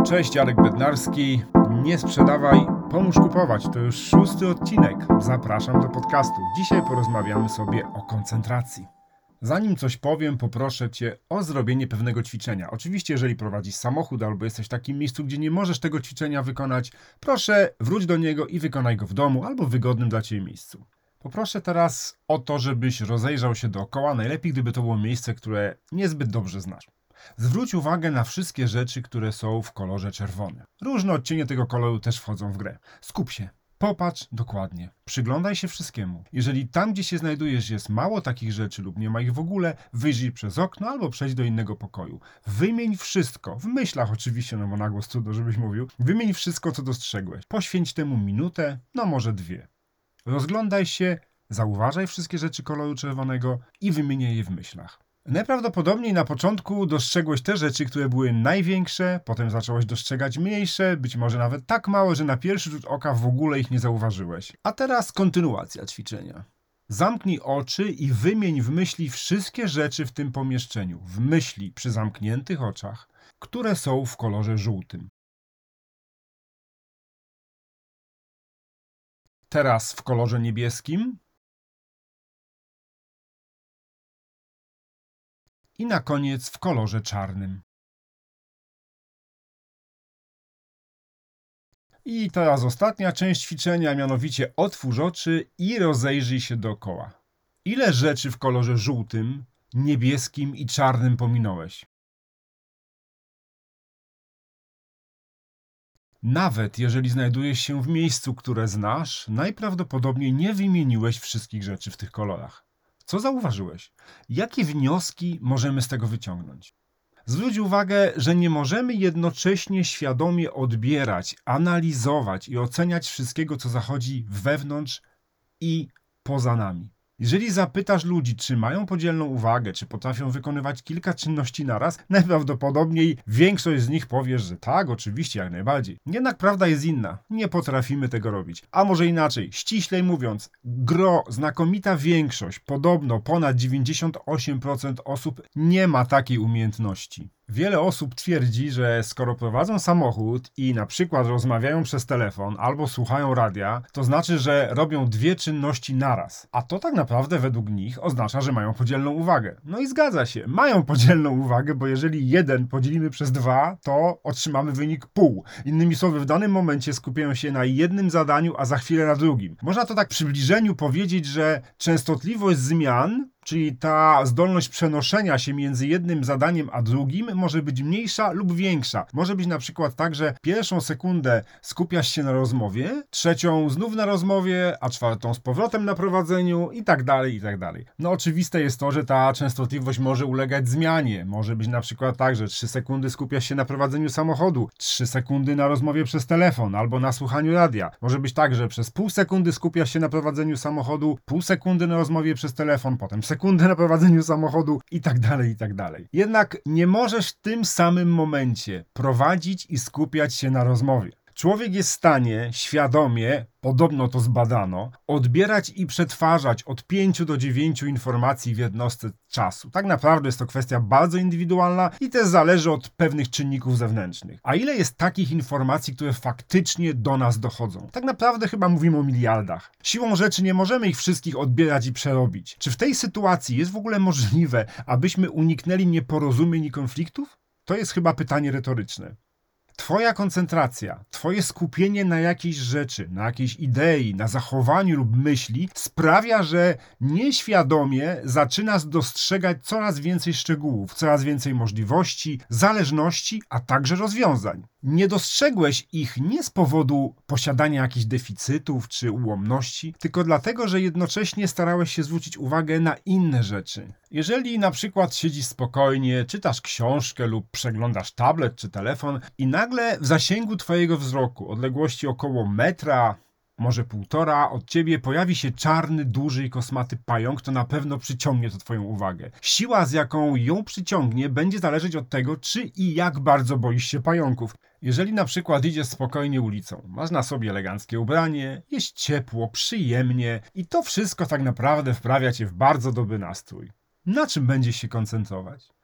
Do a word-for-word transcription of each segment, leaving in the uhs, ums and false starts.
Cześć, Jarek Bednarski. Nie sprzedawaj, pomóż kupować. To już szósty odcinek. Zapraszam do podcastu. Dzisiaj porozmawiamy sobie o koncentracji. Zanim coś powiem, poproszę Cię o zrobienie pewnego ćwiczenia. Oczywiście, jeżeli prowadzisz samochód albo jesteś w takim miejscu, gdzie nie możesz tego ćwiczenia wykonać, proszę wróć do niego i wykonaj go w domu albo w wygodnym dla Ciebie miejscu. Poproszę teraz o to, żebyś rozejrzał się dookoła, najlepiej gdyby to było miejsce, które niezbyt dobrze znasz. Zwróć uwagę na wszystkie rzeczy, które są w kolorze czerwonym. Różne odcienie tego koloru też wchodzą w grę. Skup się. Popatrz dokładnie. Przyglądaj się wszystkiemu. Jeżeli tam, gdzie się znajdujesz, jest mało takich rzeczy lub nie ma ich w ogóle, wyjrzyj przez okno albo przejdź do innego pokoju. Wymień wszystko. W myślach oczywiście, no bo na głos trudno, żebyś mówił. Wymień wszystko, co dostrzegłeś. Poświęć temu minutę, no może dwie. Rozglądaj się, zauważaj wszystkie rzeczy koloru czerwonego i wymieniaj je w myślach. Najprawdopodobniej na początku dostrzegłeś te rzeczy, które były największe, potem zacząłeś dostrzegać mniejsze, być może nawet tak małe, że na pierwszy rzut oka w ogóle ich nie zauważyłeś. A teraz kontynuacja ćwiczenia. Zamknij oczy i wymień w myśli wszystkie rzeczy w tym pomieszczeniu, w myśli przy zamkniętych oczach, które są w kolorze żółtym. Teraz w kolorze niebieskim. I na koniec w kolorze czarnym. I teraz ostatnia część ćwiczenia, mianowicie otwórz oczy i rozejrzyj się dookoła. Ile rzeczy w kolorze żółtym, niebieskim i czarnym pominąłeś? Nawet jeżeli znajdujesz się w miejscu, które znasz, najprawdopodobniej nie wymieniłeś wszystkich rzeczy w tych kolorach. Co zauważyłeś? Jakie wnioski możemy z tego wyciągnąć? Zwróć uwagę, że nie możemy jednocześnie świadomie odbierać, analizować i oceniać wszystkiego, co zachodzi wewnątrz i poza nami. Jeżeli zapytasz ludzi, czy mają podzielną uwagę, czy potrafią wykonywać kilka czynności naraz, najprawdopodobniej większość z nich powie, że tak, oczywiście, jak najbardziej. Jednak prawda jest inna. Nie potrafimy tego robić. A może inaczej, ściślej mówiąc, gro, znakomita większość, podobno ponad dziewięćdziesiąt osiem procent osób nie ma takiej umiejętności. Wiele osób twierdzi, że skoro prowadzą samochód i na przykład rozmawiają przez telefon albo słuchają radia, to znaczy, że robią dwie czynności naraz. A to tak naprawdę według nich oznacza, że mają podzielną uwagę. No i zgadza się, mają podzielną uwagę, bo jeżeli jeden podzielimy przez dwa, to otrzymamy wynik pół. Innymi słowy, w danym momencie skupiają się na jednym zadaniu, a za chwilę na drugim. Można to tak w przybliżeniu powiedzieć, że częstotliwość zmian, czyli ta zdolność przenoszenia się między jednym zadaniem a drugim, może być mniejsza lub większa. Może być na przykład tak, że pierwszą sekundę skupiasz się na rozmowie, trzecią znów na rozmowie, a czwartą z powrotem na prowadzeniu i tak dalej, i tak dalej. No oczywiste jest to, że ta częstotliwość może ulegać zmianie. Może być na przykład tak, że trzy sekundy skupiasz się na prowadzeniu samochodu, trzy sekundy na rozmowie przez telefon albo na słuchaniu radia. Może być tak, że przez pół sekundy skupiasz się na prowadzeniu samochodu, pół sekundy na rozmowie przez telefon, potem sekundę na prowadzeniu samochodu i tak dalej, i tak dalej. Jednak nie możesz w tym samym momencie prowadzić i skupiać się na rozmowie. Człowiek jest w stanie świadomie, podobno to zbadano, odbierać i przetwarzać od pięciu do dziewięciu informacji w jednostce czasu. Tak naprawdę jest to kwestia bardzo indywidualna i też zależy od pewnych czynników zewnętrznych. A ile jest takich informacji, które faktycznie do nas dochodzą? Tak naprawdę chyba mówimy o miliardach. Siłą rzeczy nie możemy ich wszystkich odbierać i przerobić. Czy w tej sytuacji jest w ogóle możliwe, abyśmy uniknęli nieporozumień i konfliktów? To jest chyba pytanie retoryczne. Twoja koncentracja, twoje skupienie na jakiejś rzeczy, na jakiejś idei, na zachowaniu lub myśli sprawia, że nieświadomie zaczynasz dostrzegać coraz więcej szczegółów, coraz więcej możliwości, zależności, a także rozwiązań. Nie dostrzegłeś ich nie z powodu posiadania jakichś deficytów czy ułomności, tylko dlatego, że jednocześnie starałeś się zwrócić uwagę na inne rzeczy. Jeżeli na przykład siedzisz spokojnie, czytasz książkę lub przeglądasz tablet czy telefon i nagle w zasięgu twojego wzroku, odległości około metra, może półtora, od ciebie pojawi się czarny, duży i kosmaty pająk, to na pewno przyciągnie to twoją uwagę. Siła, z jaką ją przyciągnie, będzie zależeć od tego, czy i jak bardzo boisz się pająków. Jeżeli na przykład idziesz spokojnie ulicą, masz na sobie eleganckie ubranie, jest ciepło, przyjemnie i to wszystko tak naprawdę wprawia cię w bardzo dobry nastrój. Na czym będziesz się koncentrować?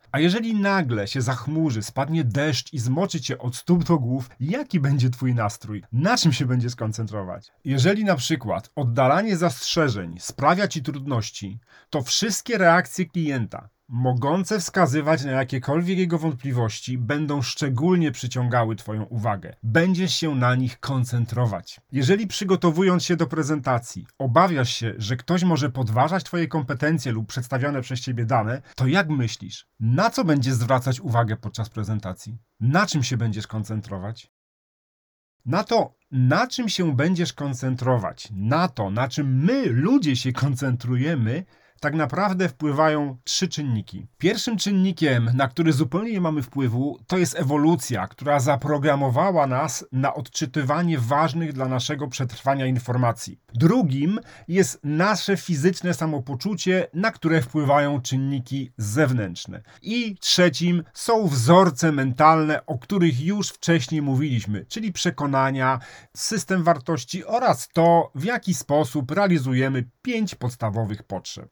A jeżeli nagle się zachmurzy, spadnie deszcz i zmoczy cię od stóp do głów, jaki będzie twój nastrój? Na czym się będziesz koncentrować? Jeżeli na przykład oddalanie zastrzeżeń sprawia ci trudności, to wszystkie reakcje klienta mogące wskazywać na jakiekolwiek jego wątpliwości będą szczególnie przyciągały twoją uwagę. Będziesz się na nich koncentrować. Jeżeli przygotowując się do prezentacji obawiasz się, że ktoś może podważać twoje kompetencje lub przedstawione przez ciebie dane, to jak myślisz, na co będziesz zwracać uwagę podczas prezentacji? Na czym się będziesz koncentrować? Na to, na czym się będziesz koncentrować, na to, na czym my, ludzie, się koncentrujemy, tak naprawdę wpływają trzy czynniki. Pierwszym czynnikiem, na który zupełnie nie mamy wpływu, to jest ewolucja, która zaprogramowała nas na odczytywanie ważnych dla naszego przetrwania informacji. Drugim jest nasze fizyczne samopoczucie, na które wpływają czynniki zewnętrzne. I trzecim są wzorce mentalne, o których już wcześniej mówiliśmy, czyli przekonania, system wartości oraz to, w jaki sposób realizujemy pięć podstawowych potrzeb.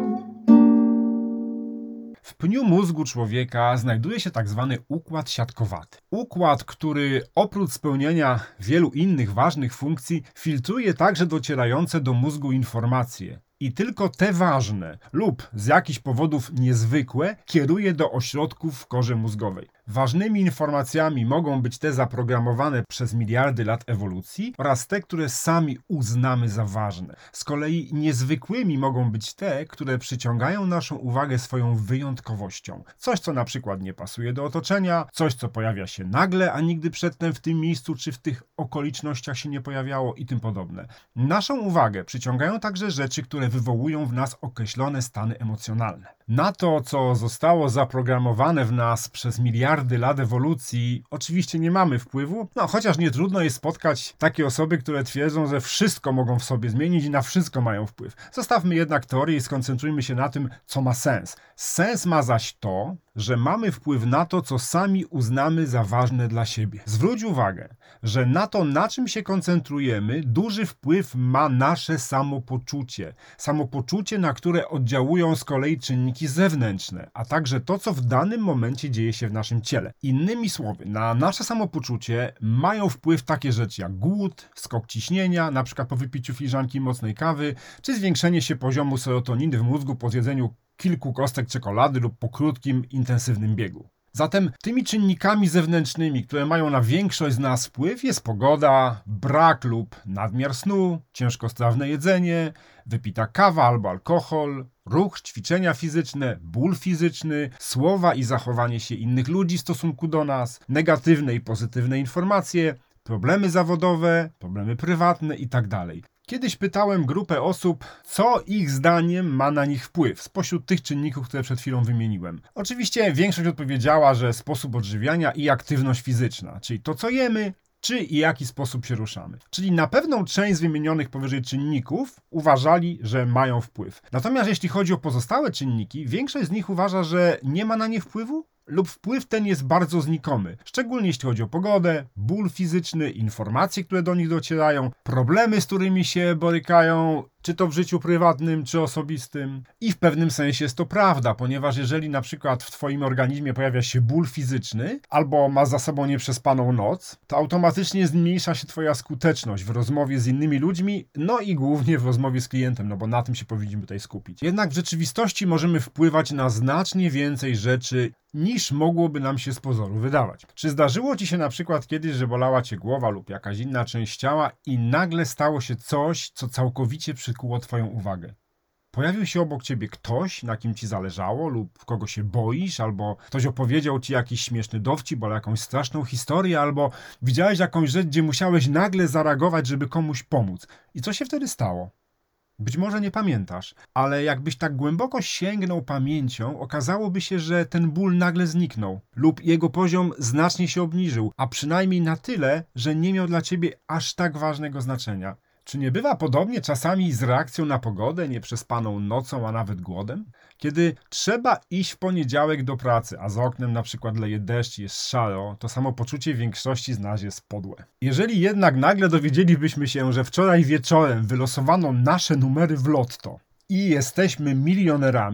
W pniu mózgu człowieka znajduje się tak zwany układ siatkowaty. Układ, który oprócz spełnienia wielu innych ważnych funkcji, filtruje także docierające do mózgu informacje. I tylko te ważne lub z jakichś powodów niezwykłe kieruje do ośrodków w korze mózgowej. Ważnymi informacjami mogą być te zaprogramowane przez miliardy lat ewolucji oraz te, które sami uznamy za ważne. Z kolei niezwykłymi mogą być te, które przyciągają naszą uwagę swoją wyjątkowością. Coś, co na przykład nie pasuje do otoczenia, coś, co pojawia się nagle, a nigdy przedtem w tym miejscu czy w tych okolicznościach się nie pojawiało i tym podobne. Naszą uwagę przyciągają także rzeczy, które wywołują w nas określone stany emocjonalne. Na to, co zostało zaprogramowane w nas przez miliardy lat ewolucji, oczywiście nie mamy wpływu, no chociaż nie trudno jest spotkać takie osoby, które twierdzą, że wszystko mogą w sobie zmienić i na wszystko mają wpływ. Zostawmy jednak teorię i skoncentrujmy się na tym, co ma sens. Sens ma zaś to, że mamy wpływ na to, co sami uznamy za ważne dla siebie. Zwróć uwagę, że na to, na czym się koncentrujemy, duży wpływ ma nasze samopoczucie. Samopoczucie, na które oddziałują z kolei czynniki zewnętrzne, a także to, co w danym momencie dzieje się w naszym ciele. Innymi słowy, na nasze samopoczucie mają wpływ takie rzeczy jak głód, skok ciśnienia, na przykład po wypiciu filiżanki mocnej kawy, czy zwiększenie się poziomu serotoniny w mózgu po zjedzeniu kilku kostek czekolady lub po krótkim, intensywnym biegu. Zatem tymi czynnikami zewnętrznymi, które mają na większość z nas wpływ, jest pogoda, brak lub nadmiar snu, ciężkostrawne jedzenie, wypita kawa albo alkohol, ruch, ćwiczenia fizyczne, ból fizyczny, słowa i zachowanie się innych ludzi w stosunku do nas, negatywne i pozytywne informacje, problemy zawodowe, problemy prywatne itd. Kiedyś pytałem grupę osób, co ich zdaniem ma na nich wpływ spośród tych czynników, które przed chwilą wymieniłem. Oczywiście większość odpowiedziała, że sposób odżywiania i aktywność fizyczna, czyli to, co jemy, czy i jaki sposób się ruszamy. Czyli na pewną część z wymienionych powyżej czynników uważali, że mają wpływ. Natomiast jeśli chodzi o pozostałe czynniki, większość z nich uważa, że nie ma na nie wpływu lub wpływ ten jest bardzo znikomy. Szczególnie jeśli chodzi o pogodę, ból fizyczny, informacje, które do nich docierają, problemy, z którymi się borykają, czy to w życiu prywatnym, czy osobistym. I w pewnym sensie jest to prawda, ponieważ jeżeli na przykład w twoim organizmie pojawia się ból fizyczny, albo masz za sobą nieprzespaną noc, to automatycznie zmniejsza się twoja skuteczność w rozmowie z innymi ludźmi, no i głównie w rozmowie z klientem, no bo na tym się powinniśmy tutaj skupić. Jednak w rzeczywistości możemy wpływać na znacznie więcej rzeczy, niż mogłoby nam się z pozoru wydawać. Czy zdarzyło ci się na przykład kiedyś, że bolała cię głowa lub jakaś inna część ciała i nagle stało się coś, co całkowicie przykuło twoją uwagę? Pojawił się obok ciebie ktoś, na kim ci zależało lub kogo się boisz, albo ktoś opowiedział ci jakiś śmieszny dowcip, albo jakąś straszną historię, albo widziałeś jakąś rzecz, gdzie musiałeś nagle zareagować, żeby komuś pomóc. I co się wtedy stało? Być może nie pamiętasz, ale jakbyś tak głęboko sięgnął pamięcią, okazałoby się, że ten ból nagle zniknął lub jego poziom znacznie się obniżył, a przynajmniej na tyle, że nie miał dla ciebie aż tak ważnego znaczenia. Czy nie bywa podobnie czasami z reakcją na pogodę, nieprzespaną nocą, a nawet głodem? Kiedy trzeba iść w poniedziałek do pracy, a za oknem na przykład leje deszcz i jest szaro, to samopoczucie większości z nas jest podłe. Jeżeli jednak nagle dowiedzielibyśmy się, że wczoraj wieczorem wylosowano nasze numery w lotto i jesteśmy milionerami,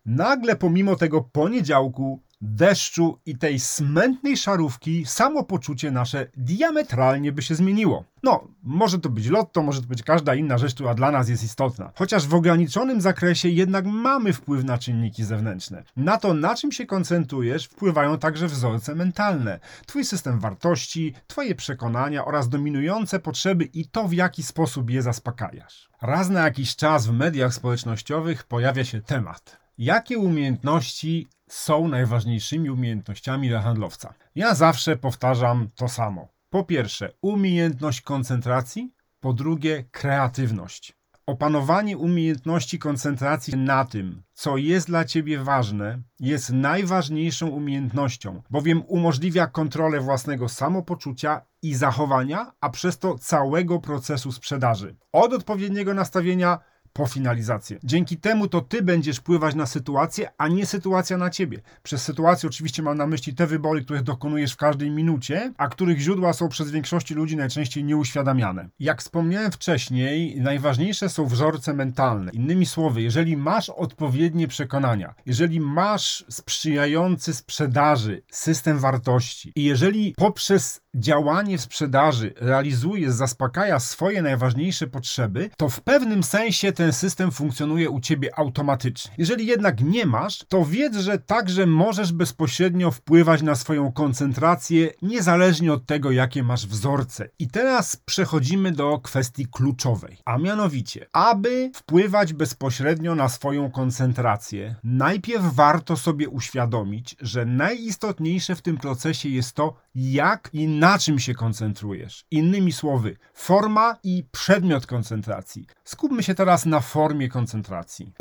Nagle pomimo tego poniedziałku, deszczu i tej smętnej szarówki samopoczucie nasze diametralnie by się zmieniło. No, może to być lotto, może to być każda inna rzecz, która dla nas jest istotna. Chociaż w ograniczonym zakresie jednak mamy wpływ na czynniki zewnętrzne. Na to, na czym się koncentrujesz, wpływają także wzorce mentalne. Twój system wartości, twoje przekonania oraz dominujące potrzeby i to, w jaki sposób je zaspokajasz. Raz na jakiś czas w mediach społecznościowych pojawia się temat. Jakie umiejętności są najważniejszymi umiejętnościami dla handlowca? Ja zawsze powtarzam to samo. Po pierwsze, umiejętność koncentracji, po drugie, kreatywność. Opanowanie umiejętności koncentracji na tym, co jest dla ciebie ważne, jest najważniejszą umiejętnością, bowiem umożliwia kontrolę własnego samopoczucia i zachowania, a przez to całego procesu sprzedaży. Od odpowiedniego nastawienia po finalizację. Dzięki temu to ty będziesz wpływać na sytuację, a nie sytuacja na ciebie. Przez sytuację oczywiście mam na myśli te wybory, których dokonujesz w każdej minucie, a których źródła są przez większości ludzi najczęściej nieuświadamiane. Jak wspomniałem wcześniej, najważniejsze są wzorce mentalne. Innymi słowy, jeżeli masz odpowiednie przekonania, jeżeli masz sprzyjający sprzedaży system wartości i jeżeli poprzez działanie w sprzedaży realizujesz, zaspokajasz swoje najważniejsze potrzeby, to w pewnym sensie ten system funkcjonuje u ciebie automatycznie. Jeżeli jednak nie masz, to wiedz, że także możesz bezpośrednio wpływać na swoją koncentrację, niezależnie od tego, jakie masz wzorce. I teraz przechodzimy do kwestii kluczowej, a mianowicie, aby wpływać bezpośrednio na swoją koncentrację, najpierw warto sobie uświadomić, że najistotniejsze w tym procesie jest to, jak i na czym się koncentrujesz. Innymi słowy, forma i przedmiot koncentracji. Skupmy się teraz na formie koncentracji.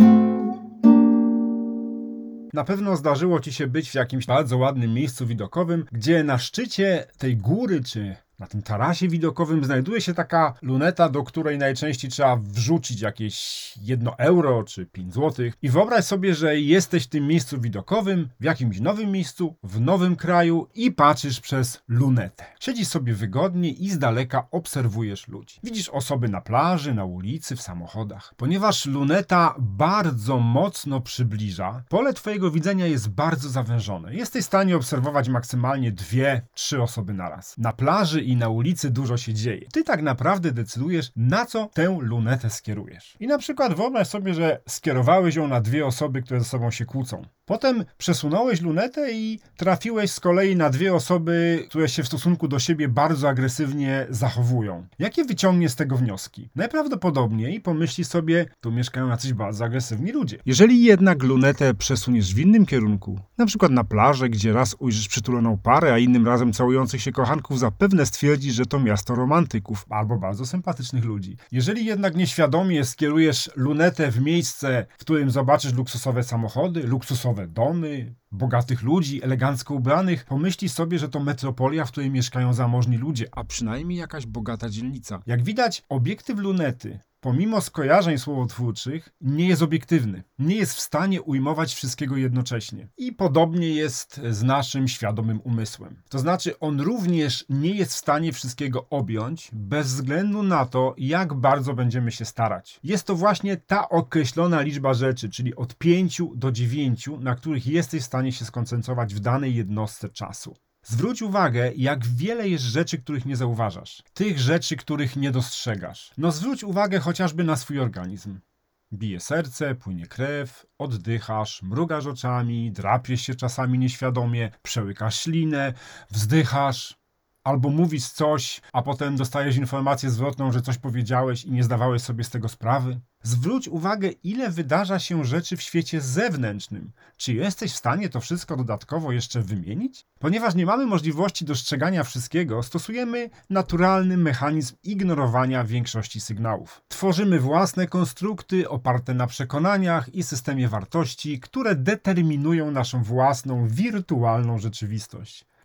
Na pewno zdarzyło ci się być w jakimś bardzo ładnym miejscu widokowym, gdzie na szczycie tej góry czy na tym tarasie widokowym znajduje się taka luneta, do której najczęściej trzeba wrzucić jakieś jedno euro czy pięć złotych. I wyobraź sobie, że jesteś w tym miejscu widokowym, w jakimś nowym miejscu, w nowym kraju i patrzysz przez lunetę. Siedzisz sobie wygodnie i z daleka obserwujesz ludzi. Widzisz osoby na plaży, na ulicy, w samochodach. Ponieważ luneta bardzo mocno przybliża, pole twojego widzenia jest bardzo zawężone. Jesteś w stanie obserwować maksymalnie dwie, trzy osoby naraz. Na plaży i na ulicy dużo się dzieje. Ty tak naprawdę decydujesz, na co tę lunetę skierujesz. I na przykład wyobraź sobie, że skierowałeś ją na dwie osoby, które ze sobą się kłócą. Potem przesunąłeś lunetę i trafiłeś z kolei na dwie osoby, które się w stosunku do siebie bardzo agresywnie zachowują. Jakie wyciągniesz z tego wnioski? Najprawdopodobniej pomyślisz sobie, tu mieszkają jacyś bardzo agresywni ludzie. Jeżeli jednak lunetę przesuniesz w innym kierunku, na przykład na plażę, gdzie raz ujrzysz przytuloną parę, a innym razem całujących się kochanków, zapewne stwierdzisz, że to miasto romantyków albo bardzo sympatycznych ludzi. Jeżeli jednak nieświadomie skierujesz lunetę w miejsce, w którym zobaczysz luksusowe samochody, luksusowe domy, bogatych ludzi, elegancko ubranych, pomyślisz sobie, że to metropolia, w której mieszkają zamożni ludzie, a przynajmniej jakaś bogata dzielnica. Jak widać, obiektyw lunety, pomimo skojarzeń słowotwórczych, nie jest obiektywny. Nie jest w stanie ujmować wszystkiego jednocześnie. I podobnie jest z naszym świadomym umysłem. To znaczy, on również nie jest w stanie wszystkiego objąć, bez względu na to, jak bardzo będziemy się starać. Jest to właśnie ta określona liczba rzeczy, czyli od pięciu do dziewięciu, na których jesteś w stanie się skoncentrować w danej jednostce czasu. Zwróć uwagę, jak wiele jest rzeczy, których nie zauważasz. Tych rzeczy, których nie dostrzegasz. No zwróć uwagę chociażby na swój organizm. Bije serce, płynie krew, oddychasz, mrugasz oczami, drapiesz się czasami nieświadomie, przełykasz ślinę, wzdychasz. Albo mówisz coś, a potem dostajesz informację zwrotną, że coś powiedziałeś i nie zdawałeś sobie z tego sprawy. Zwróć uwagę, ile wydarza się rzeczy w świecie zewnętrznym. Czy jesteś w stanie to wszystko dodatkowo jeszcze wymienić? Ponieważ nie mamy możliwości dostrzegania wszystkiego, stosujemy naturalny mechanizm ignorowania większości sygnałów. Tworzymy własne konstrukty oparte na przekonaniach i systemie wartości, które determinują naszą własną wirtualną rzeczywistość.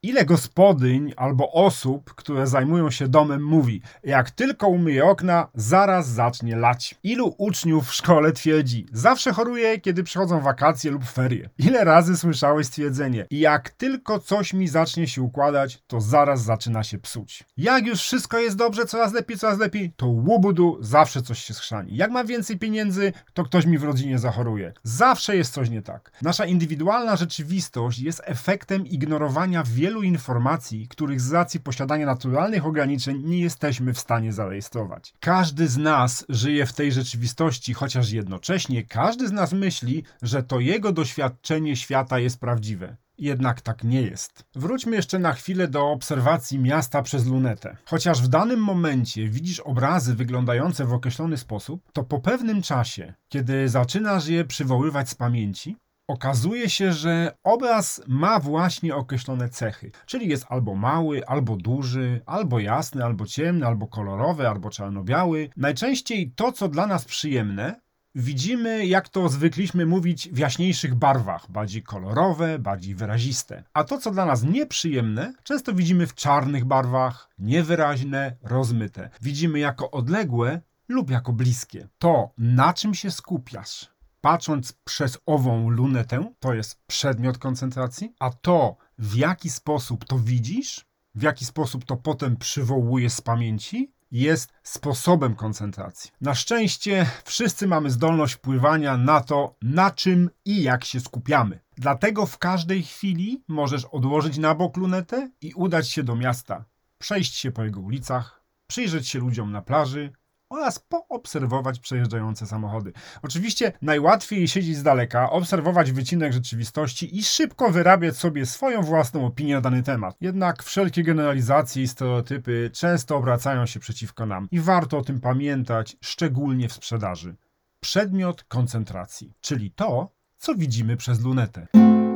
Ile gospodyń albo osób, które zajmują się domem, mówi: jak tylko umyję okna, zaraz zacznie lać. Ilu uczniów w szkole twierdzi: zawsze choruję, kiedy przychodzą wakacje lub ferie. Ile razy słyszałeś stwierdzenie: jak tylko coś mi zacznie się układać, to zaraz zaczyna się psuć. Jak już wszystko jest dobrze, coraz lepiej, coraz lepiej, to łubudu, zawsze coś się schrzani. Jak mam więcej pieniędzy, to ktoś mi w rodzinie zachoruje. Zawsze jest coś nie tak. Nasza indywidualna rzeczywistość jest efektem ignorowania wielu informacji, których z racji posiadania naturalnych ograniczeń nie jesteśmy w stanie zarejestrować. Każdy z nas żyje w tej rzeczywistości, chociaż jednocześnie każdy z nas myśli, że to jego doświadczenie świata jest prawdziwe. Jednak tak nie jest. Wróćmy jeszcze na chwilę do obserwacji miasta przez lunetę. Chociaż w danym momencie widzisz obrazy wyglądające w określony sposób, to po pewnym czasie, kiedy zaczynasz je przywoływać z pamięci, okazuje się, że obraz ma właśnie określone cechy. Czyli jest albo mały, albo duży, albo jasny, albo ciemny, albo kolorowy, albo czarno-biały. Najczęściej to, co dla nas przyjemne, widzimy, jak to zwykliśmy mówić, w jaśniejszych barwach, bardziej kolorowe, bardziej wyraziste. A to, co dla nas nieprzyjemne, często widzimy w czarnych barwach, niewyraźne, rozmyte. Widzimy jako odległe lub jako bliskie. To, na czym się skupiasz, patrząc przez ową lunetę, to jest przedmiot koncentracji, a to, w jaki sposób to widzisz, w jaki sposób to potem przywołujesz z pamięci, jest sposobem koncentracji. Na szczęście wszyscy mamy zdolność wpływania na to, na czym i jak się skupiamy. Dlatego w każdej chwili możesz odłożyć na bok lunetę i udać się do miasta, przejść się po jego ulicach, przyjrzeć się ludziom na plaży oraz poobserwować przejeżdżające samochody. Oczywiście najłatwiej siedzieć z daleka, obserwować wycinek rzeczywistości i szybko wyrabiać sobie swoją własną opinię na dany temat. Jednak wszelkie generalizacje i stereotypy często obracają się przeciwko nam i warto o tym pamiętać, szczególnie w sprzedaży. Przedmiot koncentracji, czyli to, co widzimy przez lunetę.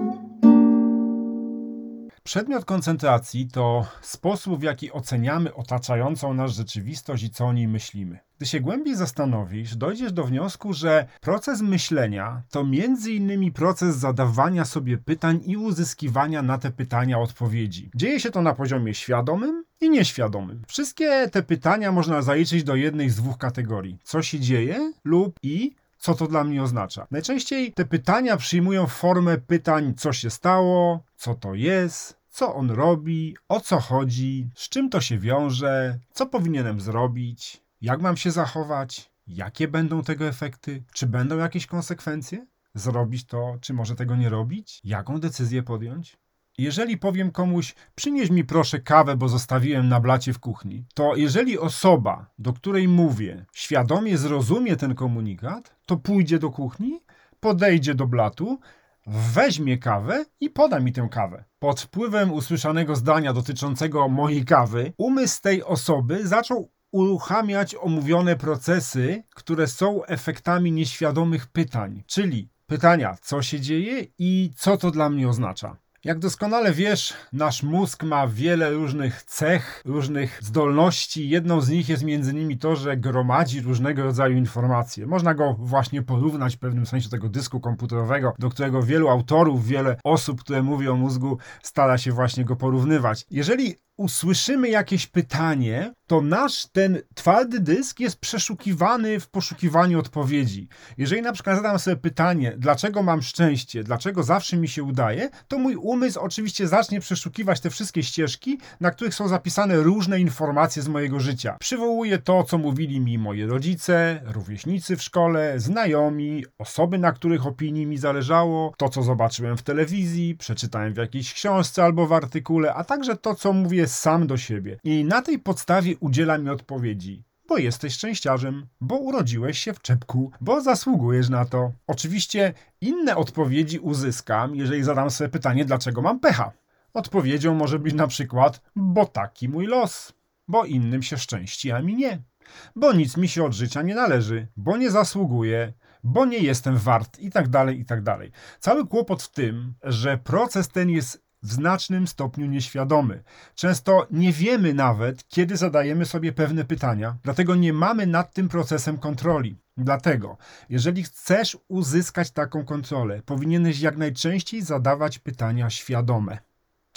Przedmiot koncentracji to sposób, w jaki oceniamy otaczającą nas rzeczywistość i co o niej myślimy. Gdy się głębiej zastanowisz, dojdziesz do wniosku, że proces myślenia to między innymi proces zadawania sobie pytań i uzyskiwania na te pytania odpowiedzi. Dzieje się to na poziomie świadomym i nieświadomym. Wszystkie te pytania można zaliczyć do jednej z dwóch kategorii. Co się dzieje lub i co to dla mnie oznacza. Najczęściej te pytania przyjmują formę pytań: co się stało, co to jest, co on robi, o co chodzi, z czym to się wiąże, co powinienem zrobić, jak mam się zachować, jakie będą tego efekty, czy będą jakieś konsekwencje, zrobić to, czy może tego nie robić, jaką decyzję podjąć. Jeżeli powiem komuś: przynieś mi proszę kawę, bo zostawiłem na blacie w kuchni, to jeżeli osoba, do której mówię, świadomie zrozumie ten komunikat, to pójdzie do kuchni, podejdzie do blatu, weźmie kawę i poda mi tę kawę. Pod wpływem usłyszanego zdania dotyczącego mojej kawy, umysł tej osoby zaczął uruchamiać omówione procesy, które są efektami nieświadomych pytań, czyli pytania: co się dzieje i co to dla mnie oznacza. Jak doskonale wiesz, nasz mózg ma wiele różnych cech, różnych zdolności. Jedną z nich jest między innymi to, że gromadzi różnego rodzaju informacje. Można go właśnie porównać w pewnym sensie do tego dysku komputerowego, do którego wielu autorów, wiele osób, które mówi o mózgu, stara się właśnie go porównywać. Jeżeli usłyszymy jakieś pytanie, to nasz ten twardy dysk jest przeszukiwany w poszukiwaniu odpowiedzi. Jeżeli na przykład zadam sobie pytanie: dlaczego mam szczęście, dlaczego zawsze mi się udaje, to mój umysł oczywiście zacznie przeszukiwać te wszystkie ścieżki, na których są zapisane różne informacje z mojego życia. Przywołuję to, co mówili mi moi rodzice, rówieśnicy w szkole, znajomi, osoby, na których opinii mi zależało, to, co zobaczyłem w telewizji, przeczytałem w jakiejś książce albo w artykule, a także to, co mówię sam do siebie. I na tej podstawie udziela mi odpowiedzi: bo jesteś szczęściarzem, bo urodziłeś się w czepku, bo zasługujesz na to. Oczywiście inne odpowiedzi uzyskam, jeżeli zadam sobie pytanie: dlaczego mam pecha. Odpowiedzią może być na przykład: bo taki mój los, bo innym się szczęści, a mi nie, bo nic mi się od życia nie należy, bo nie zasługuję, bo nie jestem wart i tak dalej, i tak dalej. Cały kłopot w tym, że proces ten jest w znacznym stopniu nieświadomy. Często nie wiemy nawet, kiedy zadajemy sobie pewne pytania, dlatego nie mamy nad tym procesem kontroli. Dlatego, jeżeli chcesz uzyskać taką kontrolę, powinieneś jak najczęściej zadawać pytania świadome.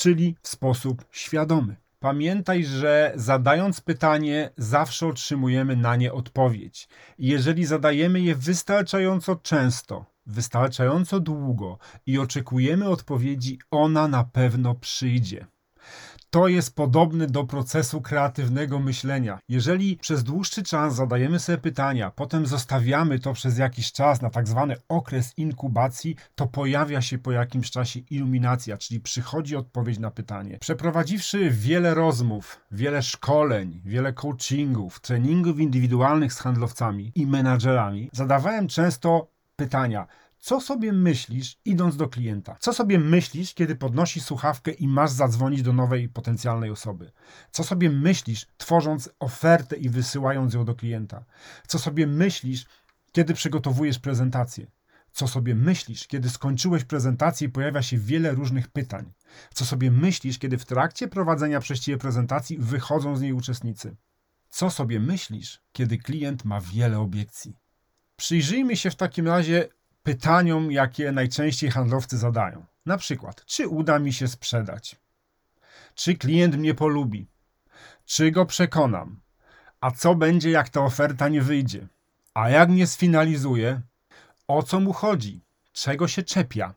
czyli w sposób świadomy. Pamiętaj, że zadając pytanie, zawsze otrzymujemy na nie odpowiedź. I jeżeli zadajemy je wystarczająco często, wystarczająco długo i oczekujemy odpowiedzi, ona na pewno przyjdzie. To jest podobne do procesu kreatywnego myślenia. Jeżeli przez dłuższy czas zadajemy sobie pytania, potem zostawiamy to przez jakiś czas na tak zwany okres inkubacji, to pojawia się po jakimś czasie iluminacja, czyli przychodzi odpowiedź na pytanie. Przeprowadziwszy wiele rozmów, wiele szkoleń, wiele coachingów, treningów indywidualnych z handlowcami i menadżerami, zadawałem często pytania: co sobie myślisz, idąc do klienta? Co sobie myślisz, kiedy podnosisz słuchawkę i masz zadzwonić do nowej potencjalnej osoby? Co sobie myślisz, tworząc ofertę i wysyłając ją do klienta? Co sobie myślisz, kiedy przygotowujesz prezentację? Co sobie myślisz, kiedy skończyłeś prezentację i pojawia się wiele różnych pytań? Co sobie myślisz, kiedy w trakcie prowadzenia przez ciebie prezentacji wychodzą z niej uczestnicy? Co sobie myślisz, kiedy klient ma wiele obiekcji? Przyjrzyjmy się w takim razie pytaniom, jakie najczęściej handlowcy zadają. Na przykład, czy uda mi się sprzedać? Czy klient mnie polubi? Czy go przekonam? A co będzie, jak ta oferta nie wyjdzie? A jak nie sfinalizuje? O co mu chodzi? Czego się czepia?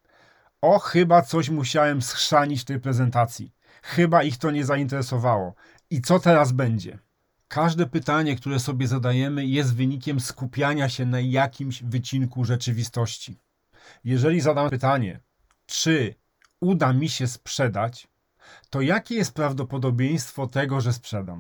O, chyba coś musiałem schrzanić w tej prezentacji. Chyba ich to nie zainteresowało. I co teraz będzie? Każde pytanie, które sobie zadajemy, jest wynikiem skupiania się na jakimś wycinku rzeczywistości. Jeżeli zadam pytanie, czy uda mi się sprzedać, to jakie jest prawdopodobieństwo tego, że sprzedam?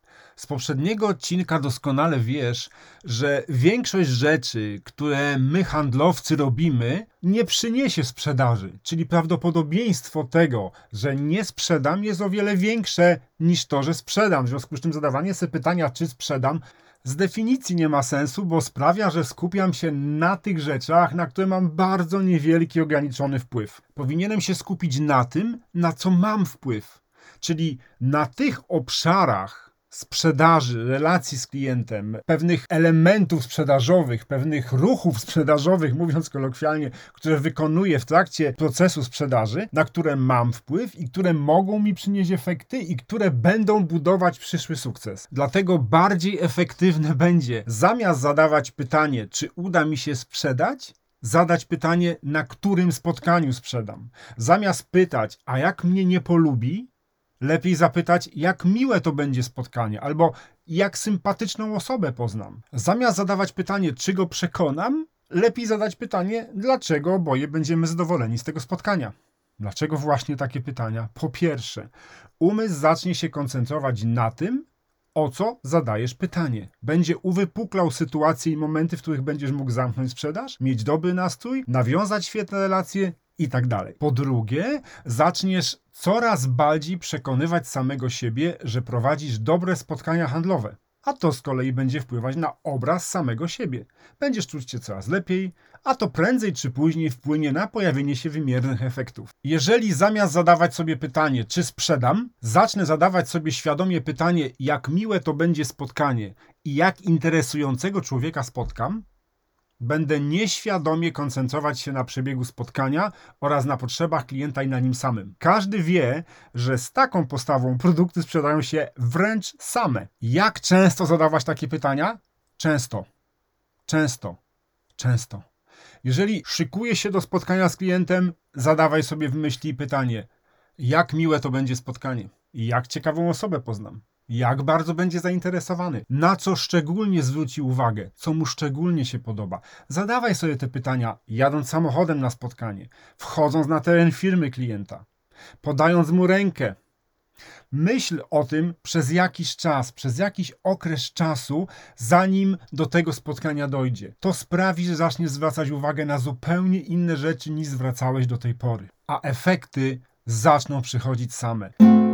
Z poprzedniego odcinka doskonale wiesz, że większość rzeczy, które my handlowcy robimy, nie przyniesie sprzedaży, czyli prawdopodobieństwo tego, że nie sprzedam, jest o wiele większe niż to, że sprzedam. W związku z czym zadawanie sobie pytania, czy sprzedam, z definicji nie ma sensu, bo sprawia, że skupiam się na tych rzeczach, na które mam bardzo niewielki, ograniczony wpływ. Powinienem się skupić na tym, na co mam wpływ, czyli na tych obszarach sprzedaży, relacji z klientem, pewnych elementów sprzedażowych, pewnych ruchów sprzedażowych, mówiąc kolokwialnie, które wykonuję w trakcie procesu sprzedaży, na które mam wpływ i które mogą mi przynieść efekty i które będą budować przyszły sukces. Dlatego bardziej efektywne będzie, zamiast zadawać pytanie, czy uda mi się sprzedać, zadać pytanie, na którym spotkaniu sprzedam. Zamiast pytać, a jak mnie nie polubi, lepiej zapytać, jak miłe to będzie spotkanie, albo jak sympatyczną osobę poznam. Zamiast zadawać pytanie, czy go przekonam, lepiej zadać pytanie, dlaczego oboje będziemy zadowoleni z tego spotkania. Dlaczego właśnie takie pytania? Po pierwsze, umysł zacznie się koncentrować na tym, o co zadajesz pytanie. Będzie uwypuklał sytuacje i momenty, w których będziesz mógł zamknąć sprzedaż, mieć dobry nastrój, nawiązać świetne relacje i tak dalej. Po drugie, zaczniesz coraz bardziej przekonywać samego siebie, że prowadzisz dobre spotkania handlowe, a to z kolei będzie wpływać na obraz samego siebie. Będziesz czuć się coraz lepiej, a to prędzej czy później wpłynie na pojawienie się wymiernych efektów. Jeżeli zamiast zadawać sobie pytanie, czy sprzedam, zacznę zadawać sobie świadomie pytanie, jak miłe to będzie spotkanie i jak interesującego człowieka spotkam, będę nieświadomie koncentrować się na przebiegu spotkania oraz na potrzebach klienta i na nim samym. Każdy wie, że z taką postawą produkty sprzedają się wręcz same. Jak często zadawać takie pytania? Często. Często. Często. Jeżeli szykujesz się do spotkania z klientem, zadawaj sobie w myśli pytanie, jak miłe to będzie spotkanie i jak ciekawą osobę poznam. Jak bardzo będzie zainteresowany, na co szczególnie zwróci uwagę, co mu szczególnie się podoba. Zadawaj sobie te pytania, jadąc samochodem na spotkanie, wchodząc na teren firmy klienta, podając mu rękę. Myśl o tym przez jakiś czas, przez jakiś okres czasu, zanim do tego spotkania dojdzie. To sprawi, że zaczniesz zwracać uwagę na zupełnie inne rzeczy, niż zwracałeś do tej pory. A efekty zaczną przychodzić same.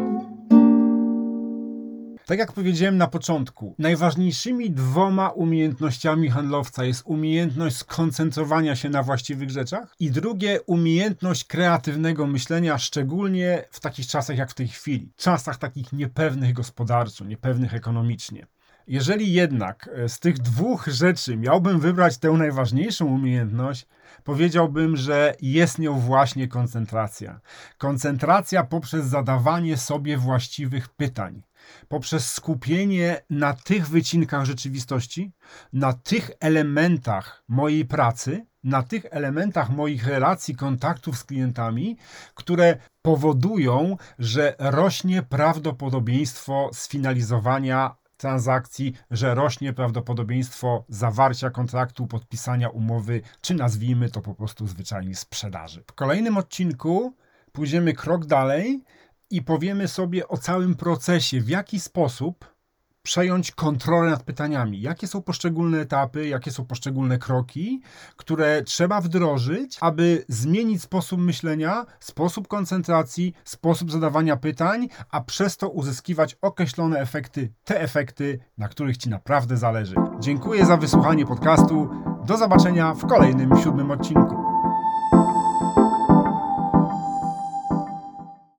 Tak jak powiedziałem na początku, najważniejszymi dwoma umiejętnościami handlowca jest umiejętność skoncentrowania się na właściwych rzeczach i drugie umiejętność kreatywnego myślenia, szczególnie w takich czasach jak w tej chwili. Czasach takich niepewnych gospodarczo, niepewnych ekonomicznie. Jeżeli jednak z tych dwóch rzeczy miałbym wybrać tę najważniejszą umiejętność, powiedziałbym, że jest nią właśnie koncentracja. Koncentracja poprzez zadawanie sobie właściwych pytań, poprzez skupienie na tych wycinkach rzeczywistości, na tych elementach mojej pracy, na tych elementach moich relacji, kontaktów z klientami, które powodują, że rośnie prawdopodobieństwo sfinalizowania transakcji, że rośnie prawdopodobieństwo zawarcia kontraktu, podpisania umowy, czy nazwijmy to po prostu zwyczajnie sprzedaży. W kolejnym odcinku pójdziemy krok dalej i powiemy sobie o całym procesie, w jaki sposób przejąć kontrolę nad pytaniami, jakie są poszczególne etapy, jakie są poszczególne kroki, które trzeba wdrożyć, aby zmienić sposób myślenia, sposób koncentracji, sposób zadawania pytań, a przez to uzyskiwać określone efekty, te efekty, na których Ci naprawdę zależy. Dziękuję za wysłuchanie podcastu. Do zobaczenia w kolejnym siódmym odcinku.